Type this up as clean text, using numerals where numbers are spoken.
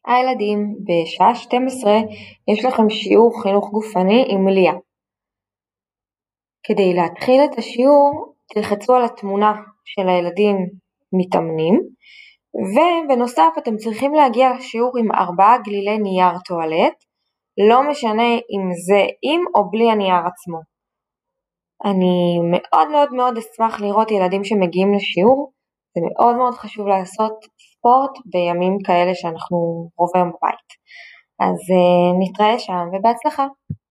הילדים, בשעה 12 יש לכם שיעור חינוך גופני עם ליה. כדי להתחיל את השיעור תלחצו על התמונה של הילדים מתאמנים, ובנוסף אתם צריכים להגיע לשיעור עם 4 גלילי נייר טואלט, לא משנה אם זה עם או בלי הנייר עצמו. אני מאוד מאוד מאוד אשמח לראות ילדים שמגיעים לשיעור, זה מאוד מאוד חשוב לעשות ספורט בימים כאלה שאנחנו רוב היום בבית. אז נתראה שם ובהצלחה.